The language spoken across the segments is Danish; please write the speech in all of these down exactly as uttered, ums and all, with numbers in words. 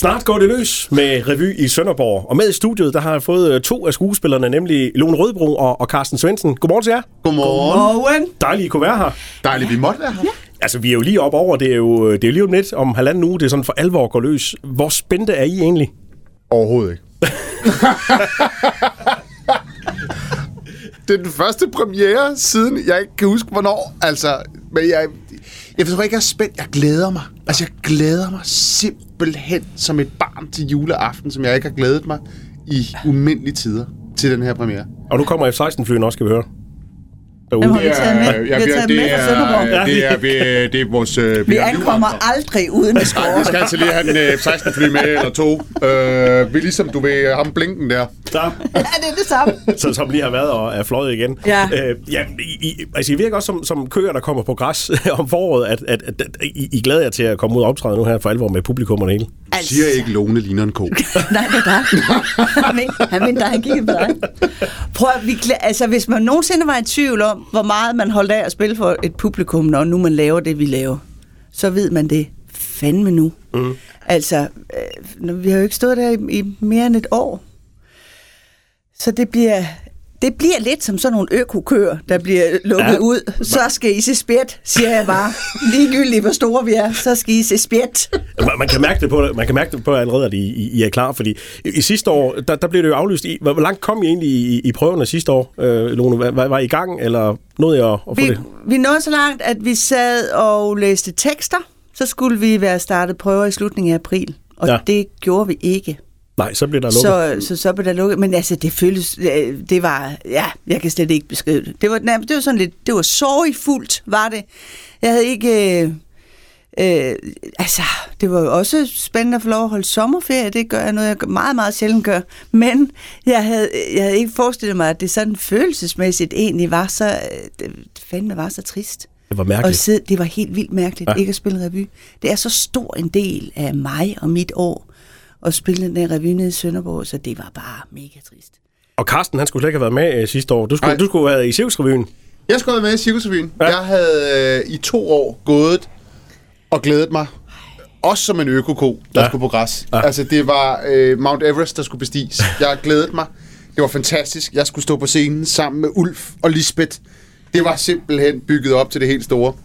Snart går det løs med revy i Sønderborg. Og med i studiet, der har jeg fået to af skuespillerne, nemlig Lone Rødbro og, og Carsten Svendsen. Godmorgen til jer. Godmorgen. Godmorgen. Dejligt, I kunne være her. Dejligt, vi måtte være her. Ja. Altså, vi er jo lige op over. Det er jo, det er jo lige om lidt om halvanden uge. Det er sådan for alvor går løs. Hvor spændte er I egentlig? Overhovedet ikke. Det er den første premiere, siden jeg ikke kan huske, hvornår. Altså, men jeg... Jeg tror ikke, jeg er spændt. Jeg glæder mig. Altså, jeg glæder mig simpelthen som et barn til juleaften, som jeg ikke har glædet mig i umindelige tider til den her premiere. Og nu kommer F seksten-flyene også, skal vi høre. Jamen, vi har taget med, vi har taget med fra Sønderborg. Det er, det er, det er vores... Uh, vi ankommer aldrig uden at skåre. Vi skal altså lige have en F seksten-fly med, eller to. Uh, vi er ligesom, du ved, ham blinken der. Ja, det er det samme. Så, som lige har været og er fløjet igen. Ja. Uh, ja, I, altså, I virker også som, som køer, der kommer på græs om foråret, at, at, at, at I, I glæder jer til at komme ud og optræde nu her for alvor med publikum og det hele. Du siger ikke, Lone ligner en ko. Nej, det er dig. Han mener, han mener, han kiggede på dig. Prøv at, vi, altså, hvis man nogensinde var i tvivl om, hvor meget man holdt af at spille for et publikum, når nu man laver det, vi laver, så ved man det fandme nu. Mm. Altså, øh, vi har jo ikke stået der i, i mere end et år. Så det bliver... Det bliver lidt som sådan nogle økokøer, der bliver lukket ja. ud. Så skal I se spjæt, siger jeg bare. Ligegyldigt, hvor store vi er, så skal I se spjæt. Man, man kan mærke det på, man kan mærke det på allerede, at I, I, I er klar, fordi i, i sidste år, der, der blev det jo aflyst. I, hvor langt kom I egentlig i, i prøverne sidste år, øh, Lone? Var, var I i gang, eller nåede jeg at, at få vi, det? Vi nåede så langt, at vi sad og læste tekster. Så skulle vi være startet prøver i slutningen af april, og ja. det gjorde vi ikke. Nej, så blev der lukket. Så, så, så blev der lukket. Men altså, det føltes... Det var... Ja, jeg kan slet ikke beskrive det. Det var, det var sådan lidt... Det var sorgfuldt, var det. Jeg havde ikke... Øh, øh, altså, det var jo også spændende at få lov at holde sommerferie. Det gør jeg noget, jeg meget, meget sjældent gør. Men jeg havde, jeg havde ikke forestillet mig, at det sådan følelsesmæssigt egentlig var så... Det fandme var så trist. Det var mærkeligt. Og sidde, det var helt vildt mærkeligt ja. ikke at spille revy. Det er så stor en del af mig og mit år og spille den der revy nede i Sønderborg, så det var bare mega trist. Og Carsten, han skulle slet ikke have været med øh, sidste år. Du skulle, du skulle have været i Cirkusrevyen. Jeg skulle have været med i Cirkusrevyen. Ja. Jeg havde øh, i to år gået og glædet mig. Også som en økoko, der ja. skulle på græs. Ja. Altså, det var øh, Mount Everest, der skulle bestiges. Jeg glædede mig. Det var fantastisk. Jeg skulle stå på scenen sammen med Ulf og Lisbeth. Det var simpelthen bygget op til det helt store.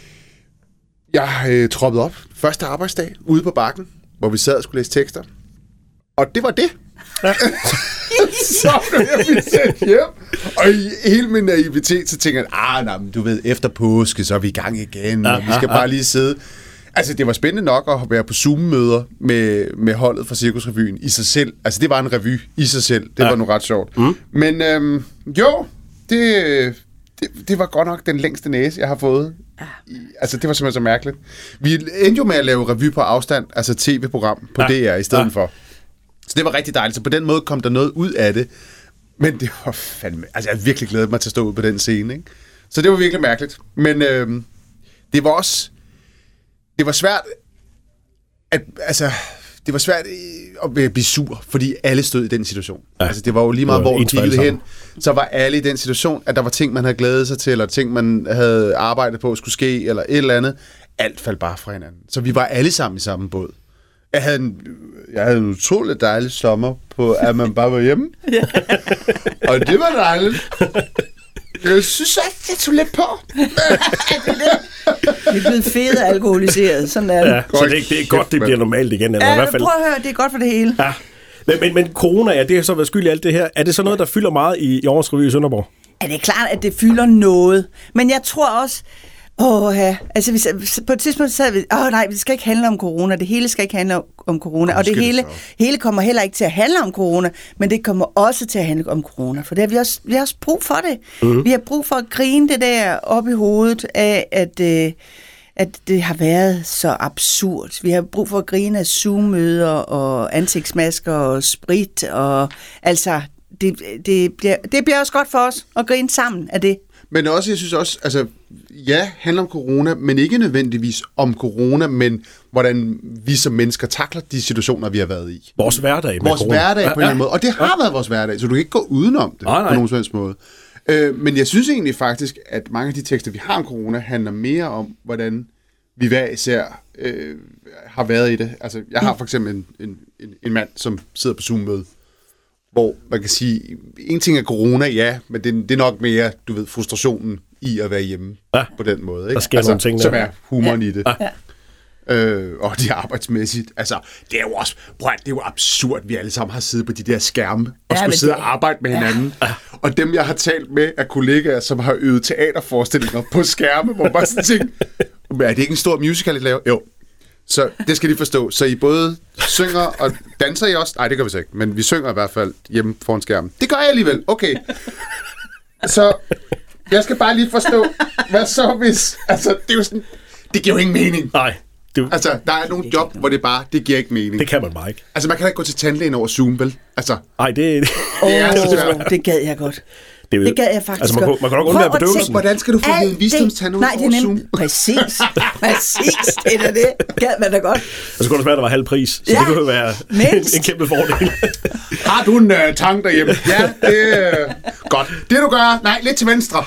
Jeg øh, troppede op. Første arbejdsdag ude på bakken, hvor vi sad og skulle læse tekster. Og det var det. Ja. Så blev jeg blivet sendt hjem. Og i hele min naivitet, så tænker jeg, ah, nej, men du ved, efter påske, så er vi i gang igen, og vi skal bare lige sidde. Altså, det var spændende nok at være på Zoom-møder med, med holdet fra Cirkusrevyen i sig selv. Altså, det var en revy i sig selv. Det ja. var nu ret sjovt. Mm. Men øhm, jo, det, det, det var godt nok den længste næse, jeg har fået. I, altså, det var simpelthen så mærkeligt. Vi endte jo med at lave revy på afstand, altså tv-program på ja. D R i stedet ja. for. Så det var rigtig dejligt. Så på den måde kom der noget ud af det. Men det var fandme... Altså, jeg virkelig glædet mig til at stå ud på den scene, ikke? Så det var virkelig mærkeligt. Men øhm, det var også... Det var svært... At, altså... Det var svært at blive sur, fordi alle stod i den situation. Ja. Altså, det var jo lige meget, hvor du kiggede hen, så var alle i den situation, at der var ting, man havde glædet sig til, eller ting, man havde arbejdet på, skulle ske, eller et eller andet. Alt faldt bare fra hinanden. Så vi var alle sammen i samme båd. Jeg havde en, jeg havde en utrolig dejlig sommer på, at man bare var hjemme. Ja. Og det var dejligt. Jeg synes at jeg tog lidt på. Vi er blevet fede og alkoholiseret. Sådan er det. Ja, så det, det er godt, det bliver normalt igen. Eller ja, i hvert fald. Prøv at høre, det er godt for det hele. Ja. Men, men, men corona, ja, det har så været skyld i alt det her. Er det så noget, der fylder meget i, i årets revy i Sønderborg? Ja, det er klart, at det fylder noget. Men jeg tror også... Åh ja, altså hvis, på et tidspunkt sad vi, åh nej, det skal ikke handle om corona, det hele skal ikke handle om, om corona, og det hele, hele kommer heller ikke til at handle om corona, men det kommer også til at handle om corona, for det har vi også, vi har også brug for det. Mm-hmm. Vi har brug for at grine det der op i hovedet af, at, øh, at det har været så absurd. Vi har brug for at grine af Zoom-møder og ansigtsmasker og sprit, og altså, det, det, bliver, det bliver også godt for os at grine sammen af det. Men også, jeg synes også, altså, ja, handler om corona, men ikke nødvendigvis om corona, men hvordan vi som mennesker takler de situationer, vi har været i. Vores hverdag med Vores corona. hverdag på en eller ja, anden måde. Og det har ja. været vores hverdag, så du kan ikke gå udenom det nej, nej. på nogen som helst måde. Øh, men jeg synes egentlig faktisk, at mange af de tekster, vi har om corona, handler mere om, hvordan vi hver især øh, har været i det. Altså, jeg har for eksempel en, en, en, en mand, som sidder på Zoom-møde, hvor man kan sige, en ting er corona, ja, men det, det er nok mere, du ved, frustrationen i at være hjemme ja. på den måde. Ikke? Der sker altså, nogle ting, som er humoren ja. i det. Ja. Øh, og det er arbejdsmæssigt. Altså, det er jo også, prøv, det er jo absurd, at vi alle sammen har siddet på de der skærme og ja, skulle sidde det... og arbejde med hinanden. Ja. Og dem, jeg har talt med, er kollegaer, som har øvet teaterforestillinger på skærme, hvor man bare sådan tænker, er det ikke en stor musical, I laver? Jo. Så det skal de forstå. Så I både synger og danser I også? Nej, det gør vi så ikke. Men vi synger i hvert fald hjemme foran skærmen. Det gør jeg alligevel. Okay. Så jeg skal bare lige forstå, hvad så hvis... Altså, det er jo sådan... Det giver jo ingen mening. Nej. Du... Altså, der er nogle job, hvor det bare... Det giver ikke mening. Det kan man bare ikke. Altså, man kan ikke gå til tandlægen over Zoom, vel? Altså... Nej, det... Åh, oh, det gad jeg godt. Det, det gad jeg faktisk altså, man, godt. Man kan nok undvære bedøvelsen. Hvordan skal du få en visdomstand ud over Zoom? Præcis. Præcis. Det er det. Gad man da godt. Og så kunne det være, at der var halv pris. Så ja, det kunne være en, en kæmpe fordel. Har du en uh, tank derhjemme? Ja, det er uh, godt. Det du gør... Nej, lidt til venstre.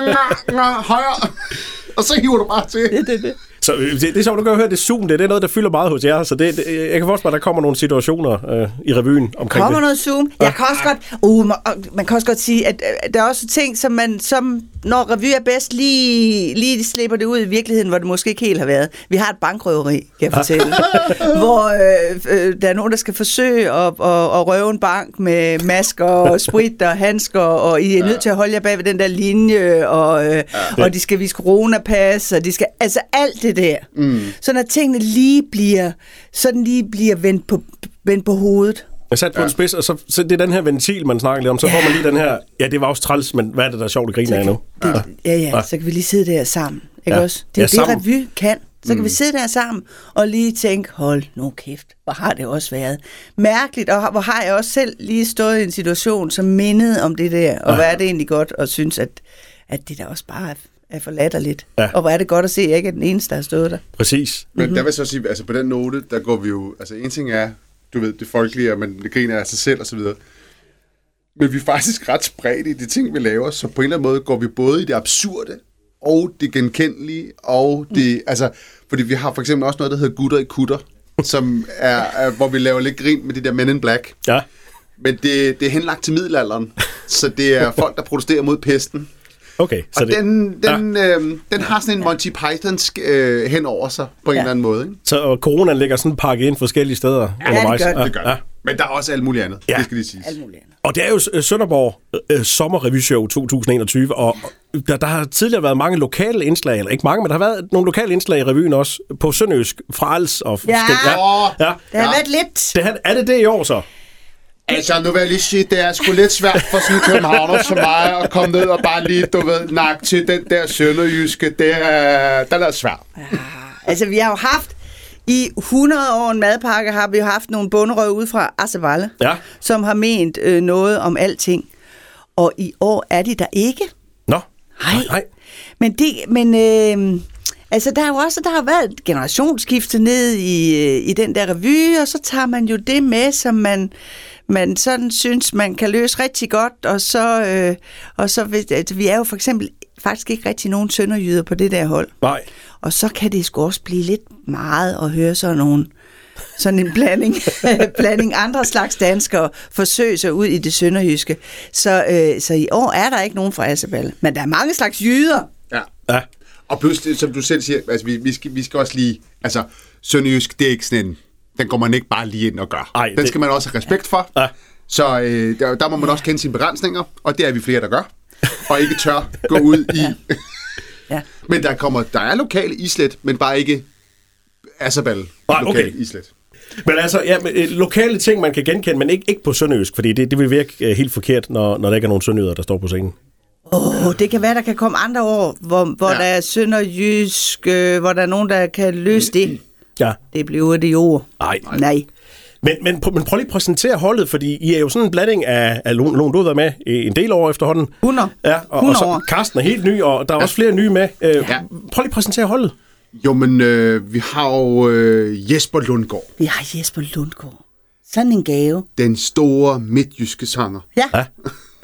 Højre. Og så hiver du bare til. Det, det, det. Så det, det er sjovt, du kan høre, det Zoom, det, det er noget, der fylder meget hos jer. Så det, det, jeg kan forestille mig, at der kommer nogle situationer øh, i revyen omkring kommer det. noget Zoom? Jeg kan også godt, uh, man, man kan også godt sige, at uh, der er også ting, som man, som, når revy er bedst, lige, lige slipper det ud i virkeligheden, hvor det måske ikke helt har været. Vi har et bankrøveri, kan jeg fortælle, hvor øh, øh, der er nogen, der skal forsøge at, at, at røve en bank med masker og sprit og handsker, og I er nødt til at holde jer bag ved den der linje, og, øh, ja. og de skal vise coronapas, og de skal, altså alt det der. Mm. Så når tingene lige bliver, sådan lige bliver vendt på, vendt på hovedet. Jeg satte på ja. en spids, og så, så det er den her ventil, man snakker lidt om. Så ja. får man lige den her, ja, det var også træls, men hvad er det, der er sjovt at grine af nu? Det, ja. ja, ja, ja, så kan vi lige sidde der sammen. Ikke ja. også? Det er ja, det, revy kan. Så kan mm. vi sidde der sammen og lige tænke, hold nu kæft, hvor har det også været mærkeligt, og hvor har jeg også selv lige stået i en situation, som mindede om det der, og ja. hvad er det egentlig godt, og synes, at, at det der også bare er er for latterligt. Ja. Og hvor er det godt at se, at jeg ikke er den eneste, der har stået der. Præcis. Men mm-hmm. der vil jeg så sige, altså på den note, der går vi jo, altså en ting er, du ved, det folkelige, og man griner af sig selv og så videre. Men vi er faktisk ret spredt i de ting, vi laver, så på en eller anden måde går vi både i det absurde, og det genkendelige, og det, mm. altså, fordi vi har for eksempel også noget, der hedder Gutter i Kutter, som er, er, hvor vi laver lidt grin med de der Men in Black. Ja. Men det, det er henlagt til middelalderen, så det er folk, der protesterer mod pesten. Okay, så og det, den, den, ja. øh, den har sådan en Monty Pythonsk øh, hen over sig på en ja. eller anden måde. Ikke? Så og coronaen ligger sådan pakket ind forskellige steder ja, undervejs. Ja, det gør det. Ja. Men der er også alt muligt andet, ja. det skal lige siges. Og det er jo Sønderborg øh, sommerrevyshow to tusind enogtyve, og der, der har tidligere været mange lokale indslag, eller ikke mange, men der har været nogle lokale indslag i revyen også, på sønderjysk, fra Als og ja. ja, ja. det har været lidt. Det, er det det i år så? Altså, nu vil jeg lige sige, det er sgu lidt svært for sådan en københavner som mig at komme ned og bare lige, du ved, nakke til den der sønderjyske. Det er, den er svært. Ja, altså, vi har jo haft, i hundrede år en madpakke, har vi jo haft nogle bunderøv ude fra Assevalle, ja. som har ment øh, noget om alting. Og i år er de der ikke. Nå, nej. nej. Men det, men... Øh, Altså, der er jo også, der har været et generationsskifte ned i, i den der revy, og så tager man jo det med, som man, man sådan synes, man kan løse rigtig godt, og så, øh, og så altså, vi er jo for eksempel faktisk ikke rigtig nogen sønderjyder på det der hold. Nej. Og så kan det sgu også blive lidt meget at høre sådan nogen, sådan en blanding, blanding andre slags danskere forsøge sig ud i det sønderjyske. Så, øh, så i år er der ikke nogen fra Assevalle, men der er mange slags jyder. Ja, ja. Og pludselig, som du selv siger, altså, vi, vi, skal, vi skal også lige... Altså, sønderjysk, det er ikke sådan en... Den går man ikke bare lige ind og gør. Ej, den det... skal man også have respekt for. Ja. Så øh, der, der må man også kende sine begrænsninger, og det er vi flere, der gør. Og ikke tør gå ud i... Ja. Ja. Men der kommer... Der er lokale islet, men bare ikke Assevalle lokale okay. islet. Men altså, ja, men, lokale ting, man kan genkende, men ikke, ikke på sønderjysk, fordi det, det vil virke helt forkert, når, når der ikke er nogen sønderjyder, der står på scenen. Åh, oh, det kan være, der kan komme andre år, hvor, hvor ja. der er sønderjysk, øh, hvor der er nogen, der kan løse det. Ja. Det bliver det jo. Nej. Nej. Men, men, men prøv lige at præsentere holdet, fordi I er jo sådan en blanding af, af nogen, du har været med en del år efterhånden. hundrede. Ja, og, og så Karsten er helt ny, og der er ja. også flere nye med. Øh, ja. Prøv lige at præsentere holdet. Jo, men øh, vi har jo øh, Jesper Lundgaard. Vi har Jesper Lundgaard. Sådan en gave. Den store midtjyske sanger. Ja. ja.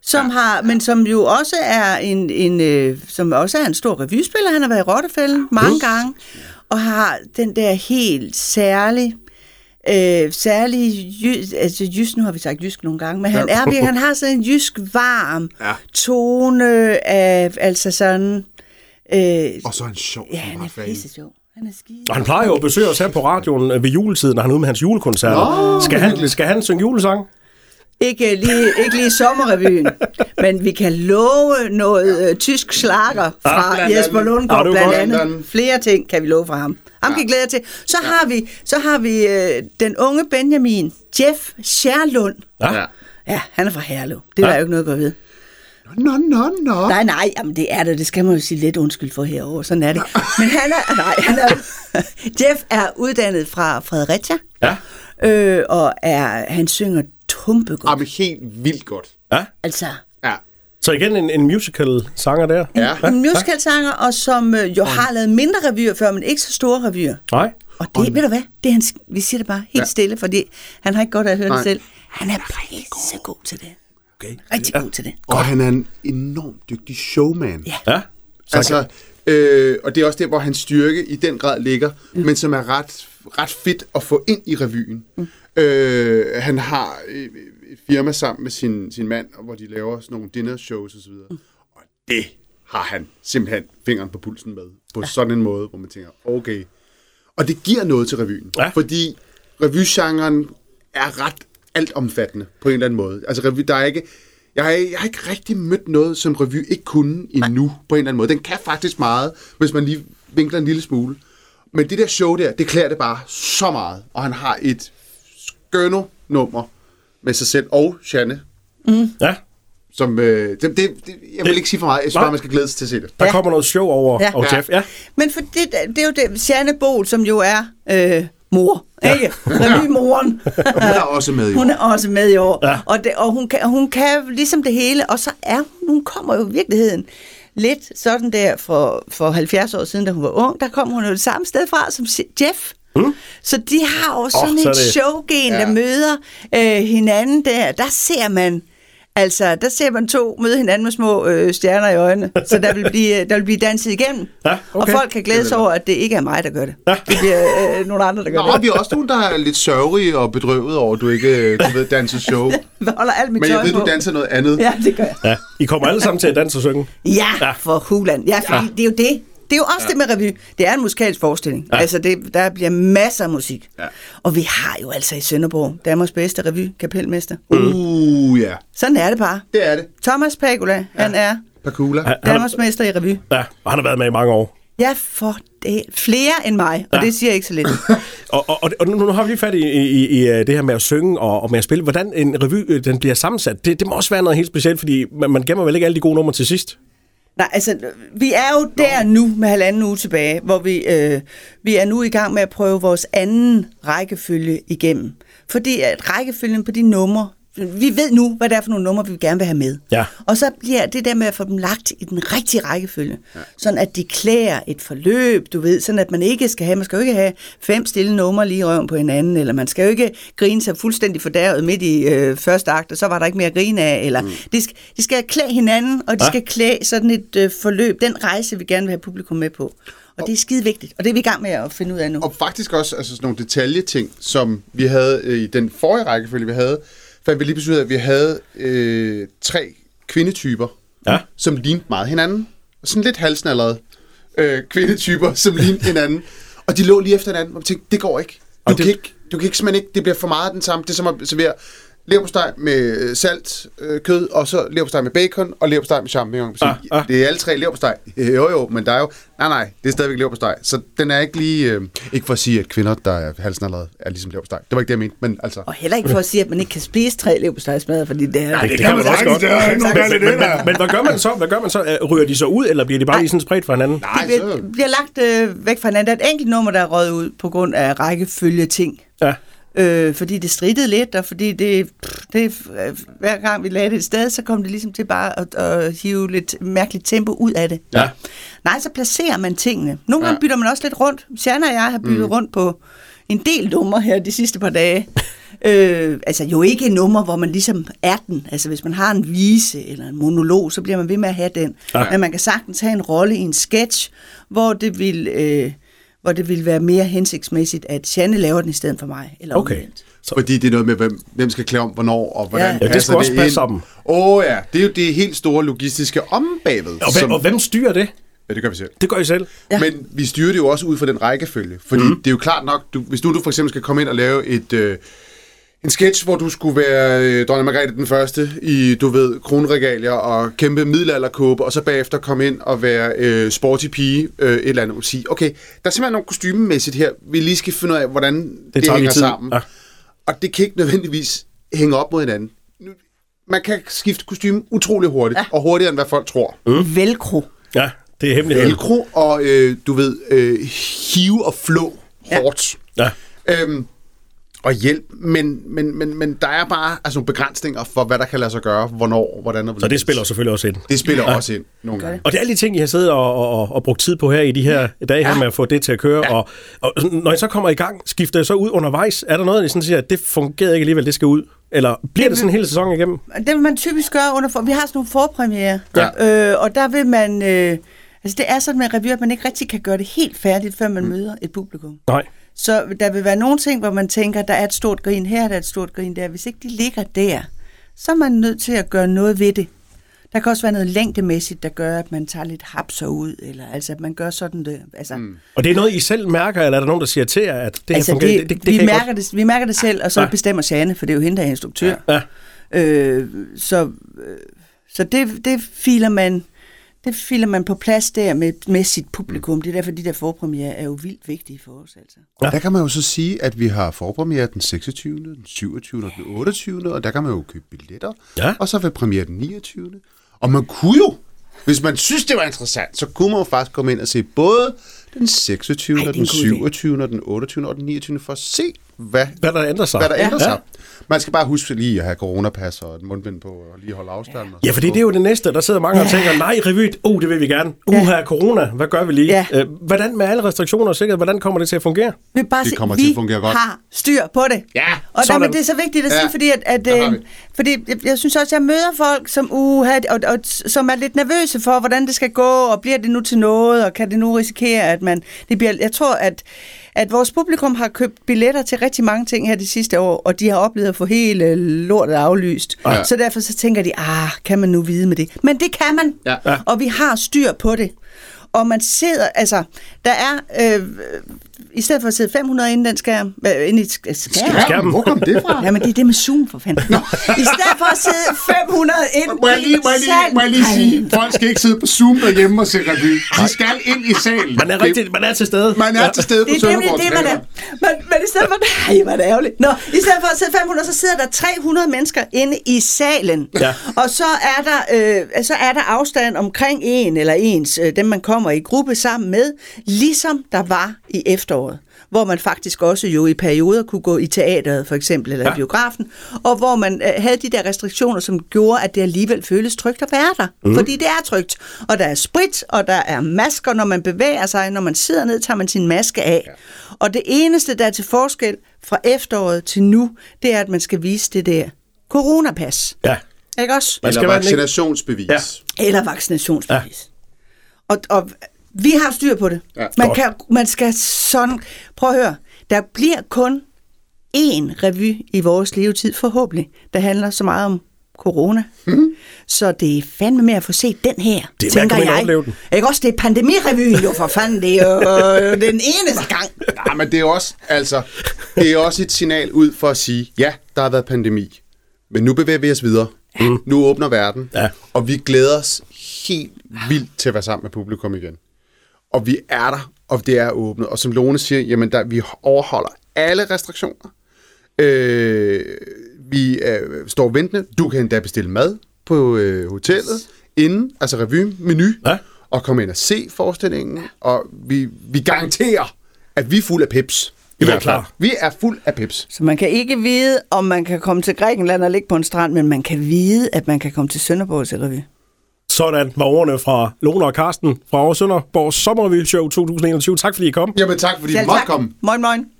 som har, men som jo også er en, en øh, som også er en stor revyspiller. Han har været i Rottefælden mange gange, og har den der helt særlige, øh, særlig, jys, altså jysk, nu har vi sagt jysk nogle gange, men han, er, han har sådan en jysk varm ja. tone af, altså sådan... Øh, og så er han sjov. Ja, han er pisse sjov. Han er skide. Og han plejer jo at besøge os her på radioen ved juletiden, når han er ude med hans julekoncerter. Skal han, skal han synge julesang? Ikke lige, ikke lige sommerrevyen, men vi kan love noget øh, tysk slager fra ja, Jesper Lundgaard, ja, blandt andet. andet. Flere ting kan vi love fra ham. Ham ja. kan glæde til. Så ja. har vi, så har vi øh, den unge Benjamin, Jeff Scherlund. Ja. ja, han er fra Herlev. Det er ja. der jo ikke noget at gå ved. Nå, nå, nå. Nej, nej, jamen det er det. Det skal man jo sige lidt undskyld for herovre. Sådan er det. Men han er, nej, han er, Jeff er uddannet fra Fredericia. Ja. Øh, og er, han synger tumpegodt. Jamen helt vildt godt. Ja. Altså. Ja. Så igen en, en musical-sanger der. En, ja. en musical-sanger, og som øh, jo har lavet mindre revyer før, men ikke så store revyer. Nej. Og det, og ved du hvad, det er han, vi siger det bare helt ja. stille, fordi han har ikke godt at høre Nej. det selv. Han er pisse god til det. Okay. Rigtig ja. god til det. Og han er en enormt dygtig showman. Ja. ja. Altså, øh, og det er også der, hvor hans styrke i den grad ligger, mm. men som er ret, ret fedt at få ind i revyen. Mm. Øh, han har et firma sammen med sin, sin mand, hvor de laver sådan nogle dinner shows og så videre. Mm. Og det har han simpelthen fingeren på pulsen med. På ja. sådan en måde, hvor man tænker, okay. Og det giver noget til revyen. Ja. Fordi revygenren er ret altomfattende på en eller anden måde. Altså, revy, der er ikke... Jeg har, jeg har ikke rigtig mødt noget, som revy ikke kunne endnu, på en eller anden måde. Den kan faktisk meget, hvis man lige vinkler en lille smule. Men det der show der, det klæder det bare så meget. Og han har et skønne nummer med sig selv og Janne. Mm. Ja. Som, øh, det, det, det, jeg vil ikke sige for meget. Jeg synes bare, man skal glæde sig til at se det. Der ja. kommer noget show over, ja. over Jeff. Ja. Men for det, det er jo det, Janne Bohl, som jo er... Øh, mor, ja. ikke? Revymoren. Hun er også med i år. Hun er også med i år. Ja. Og, det, og hun, kan, hun kan ligesom det hele, og så er hun, hun kommer jo i virkeligheden lidt sådan der for, for halvfjerds år siden, da hun var ung, der kom hun jo det samme sted fra som Jeff. Mm. Så de har jo sådan oh, et showgen, ja. der møder øh, hinanden der. Der ser man Altså, der ser man to møde hinanden med små øh, stjerner i øjnene, så der vil blive, der vil blive danset igennem. Ja, okay. Og folk kan glæde sig over, at det ikke er mig, der gør det. Ja. Det bliver øh, nogle andre, der gør Nå, det. Vi er også nogen, der er lidt sørgerige og bedrøvet over, at du ikke du ved, danser show. Jeg holder alt mit Men jeg ved, på. du danser noget andet. Ja, det gør jeg. Ja. I kommer alle sammen til at danse og synge? Ja, ja. for huland. Ja, fordi ja. det er jo det. Det er jo også ja. det med revy. Det er en musikalsk forestilling. Ja. Altså, det, der bliver masser af musik. Ja. Og vi har jo altså i Sønderborg Danmarks bedste revy-kapelmester. Uh, ja. Sådan er det bare. Det er det. Thomas Pagula, ja. han er Pagula. Danmarks mester i revy. Ja, og han har været med i mange år. Ja, for det. Flere end mig, og ja. det siger jeg ikke så lidt. og, og, og nu, nu har vi lige fat i, i, i det her med at synge og, og med at spille. Hvordan en revy den bliver sammensat, det, det må også være noget helt specielt, fordi man, man gemmer vel ikke alle de gode numre til sidst? Nej, altså, vi er jo der nu med halvanden uge tilbage, hvor vi, øh, vi er nu i gang med at prøve vores anden rækkefølge igennem. Fordi at rækkefølgen på de numre, vi ved nu, hvad det er for nogle numre, vi gerne vil have med. Ja. Og så bliver det der med at få dem lagt i den rigtige rækkefølge, ja. Sådan at de klæder et forløb, du ved, sådan at man ikke skal have, man skal jo ikke have fem stille numre lige i røven på hinanden, eller man skal jo ikke grine sig fuldstændig fordærvet midt i øh, første akt, og så var der ikke mere at grine af, eller mm. de, skal, de skal klæde hinanden, og de ja. skal klæde sådan et øh, forløb, den rejse, vi gerne vil have publikum med på. Og det er skide vigtigt, og det er vi i gang med at finde ud af nu. Og faktisk også altså, sådan nogle detaljeting, som vi havde øh, i den forrige rækkefølge, vi havde, fandt vi lige besluttet, at vi havde øh, tre kvindetyper, ja. som lignede meget hinanden. Sådan lidt halsnallerede øh, kvindetyper, som lignede hinanden. Og de lå lige efter hinanden, og vi tænkte, det går ikke. Du, kan, det... ikke, du kan ikke simpelthen ikke, det bliver for meget den samme. Det er som at servere leverpostej med salt, øh, kød, og så leverpostej med bacon, og leverpostej med champignon. Ah, ah. Det er alle tre leverpostej. Jo jo, men der er jo, nej nej, det er stadigvæk leverpostej. Så den er ikke lige, øh, ikke for at sige, at kvinder, der er halsnallerede, er ligesom leverpostej. Det var ikke det, jeg mente, men altså. Og heller ikke for at sige, at man ikke kan spise tre leverpostejsmadder, fordi det er... Nej, det, det kan man også godt. Men, men, men hvad gør man så? Hvad gør man så? Ryger de så ud, eller bliver de bare lige sådan spredt fra hinanden? Nej, de bliver, bliver lagt øh, væk fra hinanden. Der er et enkelt nummer, der er røget ud på grund af rækkefølge ting. Ja. Øh, fordi det strittede lidt, og fordi det, det hver gang vi lagde det et sted, så kom det ligesom til bare at, at hive lidt mærkeligt tempo ud af det. Ja. Nej, så placerer man tingene. Nogle gange ja. bytter man også lidt rundt. Sjanne og jeg har byttet mm. rundt på en del numre her de sidste par dage. Øh, altså jo ikke nummer, hvor man ligesom er den. Altså hvis man har en vise eller en monolog, så bliver man ved med at have den. Ja. Men man kan sagtens have en rolle i en sketch, hvor det vil, øh, hvor det vil være mere hensigtsmæssigt, at Janne laver den i stedet for mig. Eller okay. Så. Fordi det er noget med, hvem, hvem skal klæde om, hvornår og hvordan. Ja, ja det skal også passe sammen. Åh oh, ja, det er jo det helt store logistiske om bagved. Og, som, og hvem styrer det? Ja, det gør vi selv. Det gør I selv. Ja. Men vi styrer det jo også ud fra den rækkefølge. Fordi mm. det er jo klart nok, du, hvis nu du for eksempel skal komme ind og lave et, øh, en sketch, hvor du skulle være øh, dronning Margrethe den første i, du ved, kronregalier og kæmpe middelalderkåbe, og så bagefter komme ind og være øh, sporty pige, øh, et eller andet, og sige, okay, der er simpelthen nogle kostymemæssigt her, vi lige skal finde ud af, hvordan det, det hænger sammen. Ja. Og det kan ikke nødvendigvis hænge op mod hinanden. Man kan skifte kostume utrolig hurtigt, ja. og hurtigere end hvad folk tror. Mm. Velcro. Ja, det er hemmeligt. Velcro og, øh, du ved, øh, hive og flå hårdt. Ja. Øhm, og hjælp, men, men, men, men der er bare altså, nogle begrænsninger for, hvad der kan lade sig gøre, hvornår, hvordan og hvordan. Så det spiller selvfølgelig også ind. Det spiller ja. også ind nogle gange. Og det er alle de ting, I har siddet og, og, og brugt tid på her i de her dage ja. her med at få det til at køre. Ja. Og, og når I så kommer i gang, skifter I så ud undervejs? Er der noget, I sådan siger, at det fungerede ikke alligevel, det skal ud? Eller bliver det, det sådan en hel sæson igennem? Det vil man typisk gøre under for. Vi har sådan nogle forpremiere, ja. øh, og der vil man... Øh, altså det er sådan med revy, at man ikke rigtig kan gøre det helt færdigt, før man mm. møder et publikum. Nej. Så der vil være nogle ting, hvor man tænker, der er et stort grin her, der er et stort grin der. Hvis ikke de ligger der, så er man nødt til at gøre noget ved det. Der kan også være noget længdemæssigt, der gør, at man tager lidt hapser ud, eller altså, at man gør sådan det. Altså. Mm. Og det er noget, I selv mærker, eller er der nogen, der siger til jer, at det altså her fungerer? Det, det, det, det vi, mærker det, vi mærker det selv, og så ja. bestemmer Janne, for det er jo hende, der er instruktør. Ja. Øh, så øh, så det, det filer man... Det filer man på plads der med, med sit publikum. Det er derfor, de der forpremiere er jo vildt vigtige for os. Altså. Ja. Der kan man jo så sige, at vi har forpremiere den seksogtyvende, den syvogtyvende og den otteogtyvende, og der kan man jo købe billetter. Ja. Og så vil premiere den niogtyvende. Og man kunne jo, hvis man synes, det var interessant, så kunne man jo faktisk komme ind og se både den seksogtyvende, Ej, den syvogtyvende, og den otteogtyvende og den niogtyvende for at se, hvad, hvad der ændrer sig. Hvad der ændrer ja. sig. Man skal bare huske lige at have coronapas og et mundbind på og lige holde afstand. Ja, fordi det er jo det næste. Der sidder mange ja. og tænker, nej, revy, uh, det vil vi gerne. Uh, her er corona, hvad gør vi lige? Ja. Øh, hvordan med alle restriktioner og sikkerhed, hvordan kommer det til at fungere? Vi bare det kommer se, til at fungere godt. Vi har styr på det. Ja, og der, men det er så vigtigt at sige, ja. fordi, at, at, øh, fordi jeg, jeg synes også, at jeg møder folk, som, uh, og, og, og, som er lidt nervøse for, hvordan det skal gå, og bliver det nu til noget, og kan det nu risikere, at man... Det bliver, jeg tror, at at vores publikum har købt billetter til rigtig mange ting her de sidste år, og de har oplevet at få hele lortet aflyst. Ja. Så derfor så tænker de, ah, kan man nu vide med det? Men det kan man, ja. og vi har styr på det. Og man sidder, altså, der er, øh, i stedet for at sidde fem hundrede inden den skærm, øh, inde i skærm. Skærmen? Hvor kom det fra? Jamen, det er det med Zoom, for fanden. I stedet for at sidde fem hundrede inden må jeg lige, må jeg lige, må jeg lige sige, folk skal ikke sidde på Zoom derhjemme og se revy. De skal ind i salen. Man er, rigtig, man er til stede. Man er ja. til stede på Sønderborg. Det er det, man er. Men, men i stedet for, nej, hvor er det ærgerligt. Nå, i stedet for at sidde fem hundrede, så sidder der tre hundrede mennesker inde i salen. Ja. Og så er der, øh, så er der afstand omkring en eller ens, øh, dem man kommer i gruppe sammen med, ligesom der var i efteråret, hvor man faktisk også jo i perioder kunne gå i teateret for eksempel, eller ja. i biografen, og hvor man øh, havde de der restriktioner, som gjorde, at det alligevel føles trygt at være der. Mm. Fordi det er trygt. Og der er sprit, og der er masker, når man bevæger sig. Når man sidder ned, tager man sin maske af. Ja. Og det eneste, der er til forskel fra efteråret til nu, det er, at man skal vise det der coronapas. Ja. Ikke også? Eller vaccinationsbevis. Ja. Eller vaccinationsbevis. Ja. Og, og vi har styr på det. Ja, man, kan, man skal sådan... Prøv at høre. Der bliver kun én revy i vores levetid, forhåbentlig, der handler så meget om corona. Mm-hmm. Så det er fandme med at få set den her, det er tænker jeg. Den. Ikke også? Det er pandemirevyen jo, for fanden. Det er jo øh, den eneste gang. Ja, men det er også, altså, det er også et signal ud for at sige, ja, der har været pandemi, men nu bevæger vi os videre. Mm. Nu åbner verden, ja. og vi glæder os helt vildt til at være sammen med publikum igen. Og vi er der, og det er åbnet. Og som Lone siger, jamen der, vi overholder alle restriktioner. Øh, vi øh, står ventende. Du kan endda bestille mad på øh, hotellet inden, altså revy-menu, ja. og komme ind og se forestillingen. Og vi, vi garanterer, at vi er fuld af pips. I hvert fald. Vi er fuld af pips. Så man kan ikke vide, om man kan komme til Grækenland og ligge på en strand, men man kan vide, at man kan komme til Sønderborg til revy. Sådan var ordene fra Lone og Karsten fra Sønderborg Sommerrevy Show to tusind enogtyve. Tak fordi I kom. Jamen tak fordi I måtte komme. Moin, moin.